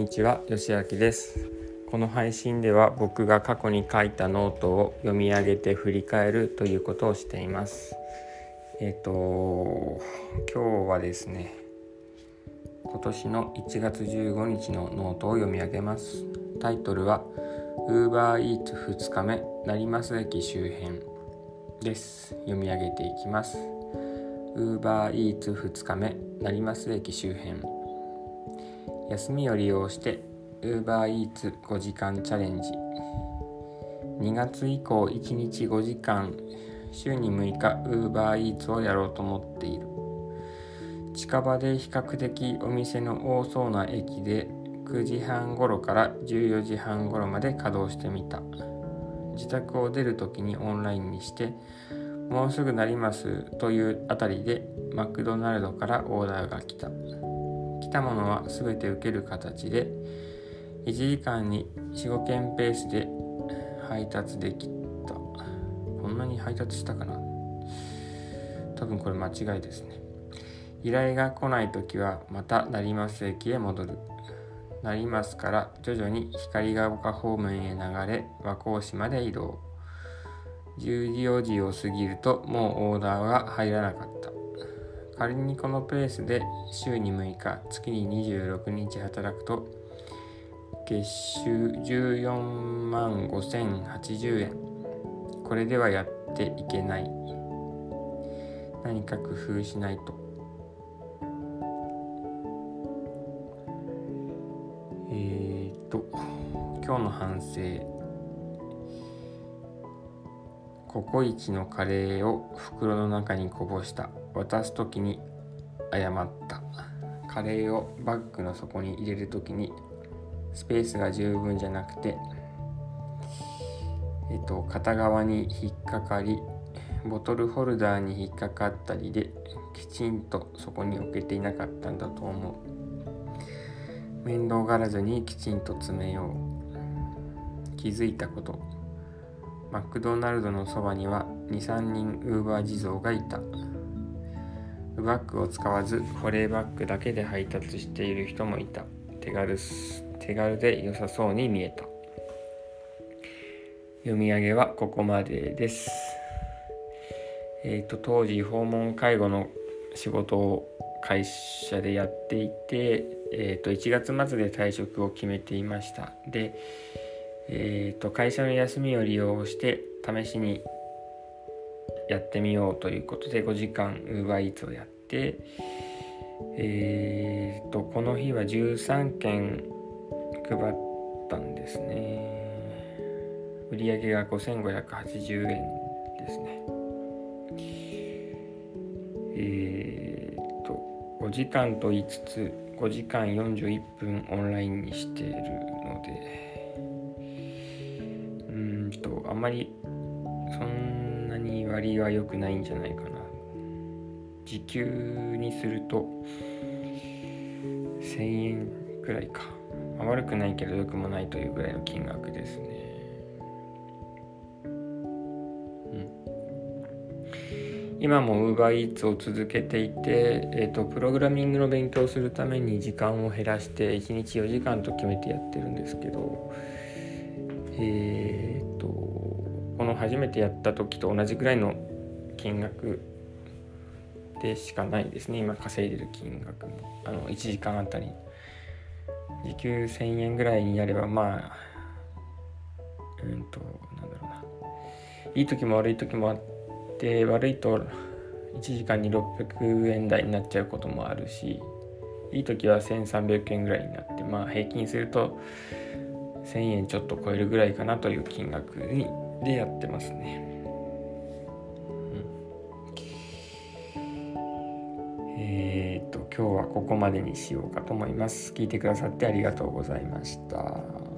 ちは、よしあきです。この配信では僕が過去に書いたノートを読み上げて振り返るということをしています。今日はですね、今年の1月15日のノートを読み上げます。タイトルは Uber Eats 2日目成増駅周辺です。読み上げていきます。Uber Eats 2日目成増駅周辺。休みを利用して Uber Eats 5時間チャレンジ。2月以降1日5時間、週に6日 Uber Eats をやろうと思っている。近場で比較的お店の多そうな駅で9時半頃から14時半頃まで稼働してみた。自宅を出るときにオンラインにして、もうすぐなりますというあたりでマクドナルドからオーダーが来た。来たものはすべて受ける形で1時間に 4,5 件ペースで配達できた。こんなに配達したかな。多分これ間違いですね。依頼が来ないときはまた成増駅へ戻る。成増から徐々に光が丘方面へ流れ、和光市まで移動。10時4時を過ぎるともうオーダーが入らなかった。仮にこのペースで週に6日、月に26日働くと月収14万5080円。これではやっていけない。何か工夫しないと。今日の反省。ココイチのカレーを袋の中にこぼした。渡すときに謝った。カレーをバッグの底に入れるときにスペースが十分じゃなくて、片側に引っかかり、ボトルホルダーに引っかかったりできちんとそこに置けていなかったんだと思う。面倒がらずにきちんと詰めよう。気づいたこと。マクドナルドのそばには 2,3 人ウーバー地蔵がいた。バッグを使わず保冷バッグだけで配達している人もいた。手軽で良さそうに見えた。読み上げはここまでです。当時訪問介護の仕事を会社でやっていて、1月末で退職を決めていました。で、会社の休みを利用して試しにやってみようということで5時間 Uber Eats をやって、この日は13件配ったんですね。売上が5,580円ですね。5時間と言いつつ5時間41分オンラインにしているので、あんまりそんなに割は良くないんじゃないかな。時給にすると1000円くらいか。悪くないけど良くもないというぐらいの金額ですね。今も Uber Eats を続けていて、プログラミングの勉強をするために時間を減らして1日4時間と決めてやってるんですけど、この初めてやった時と同じぐらいの金額でしかないですね。今稼いでる金額も1時間あたり時給1000円ぐらいにやればいい時も悪い時もあって、悪いと1時間に600円台になっちゃうこともあるし、いい時は1300円ぐらいになって、平均すると1000円ちょっと超えるぐらいかなという金額でやってますね。今日はここまでにしようかと思います。聞いてくださってありがとうございました。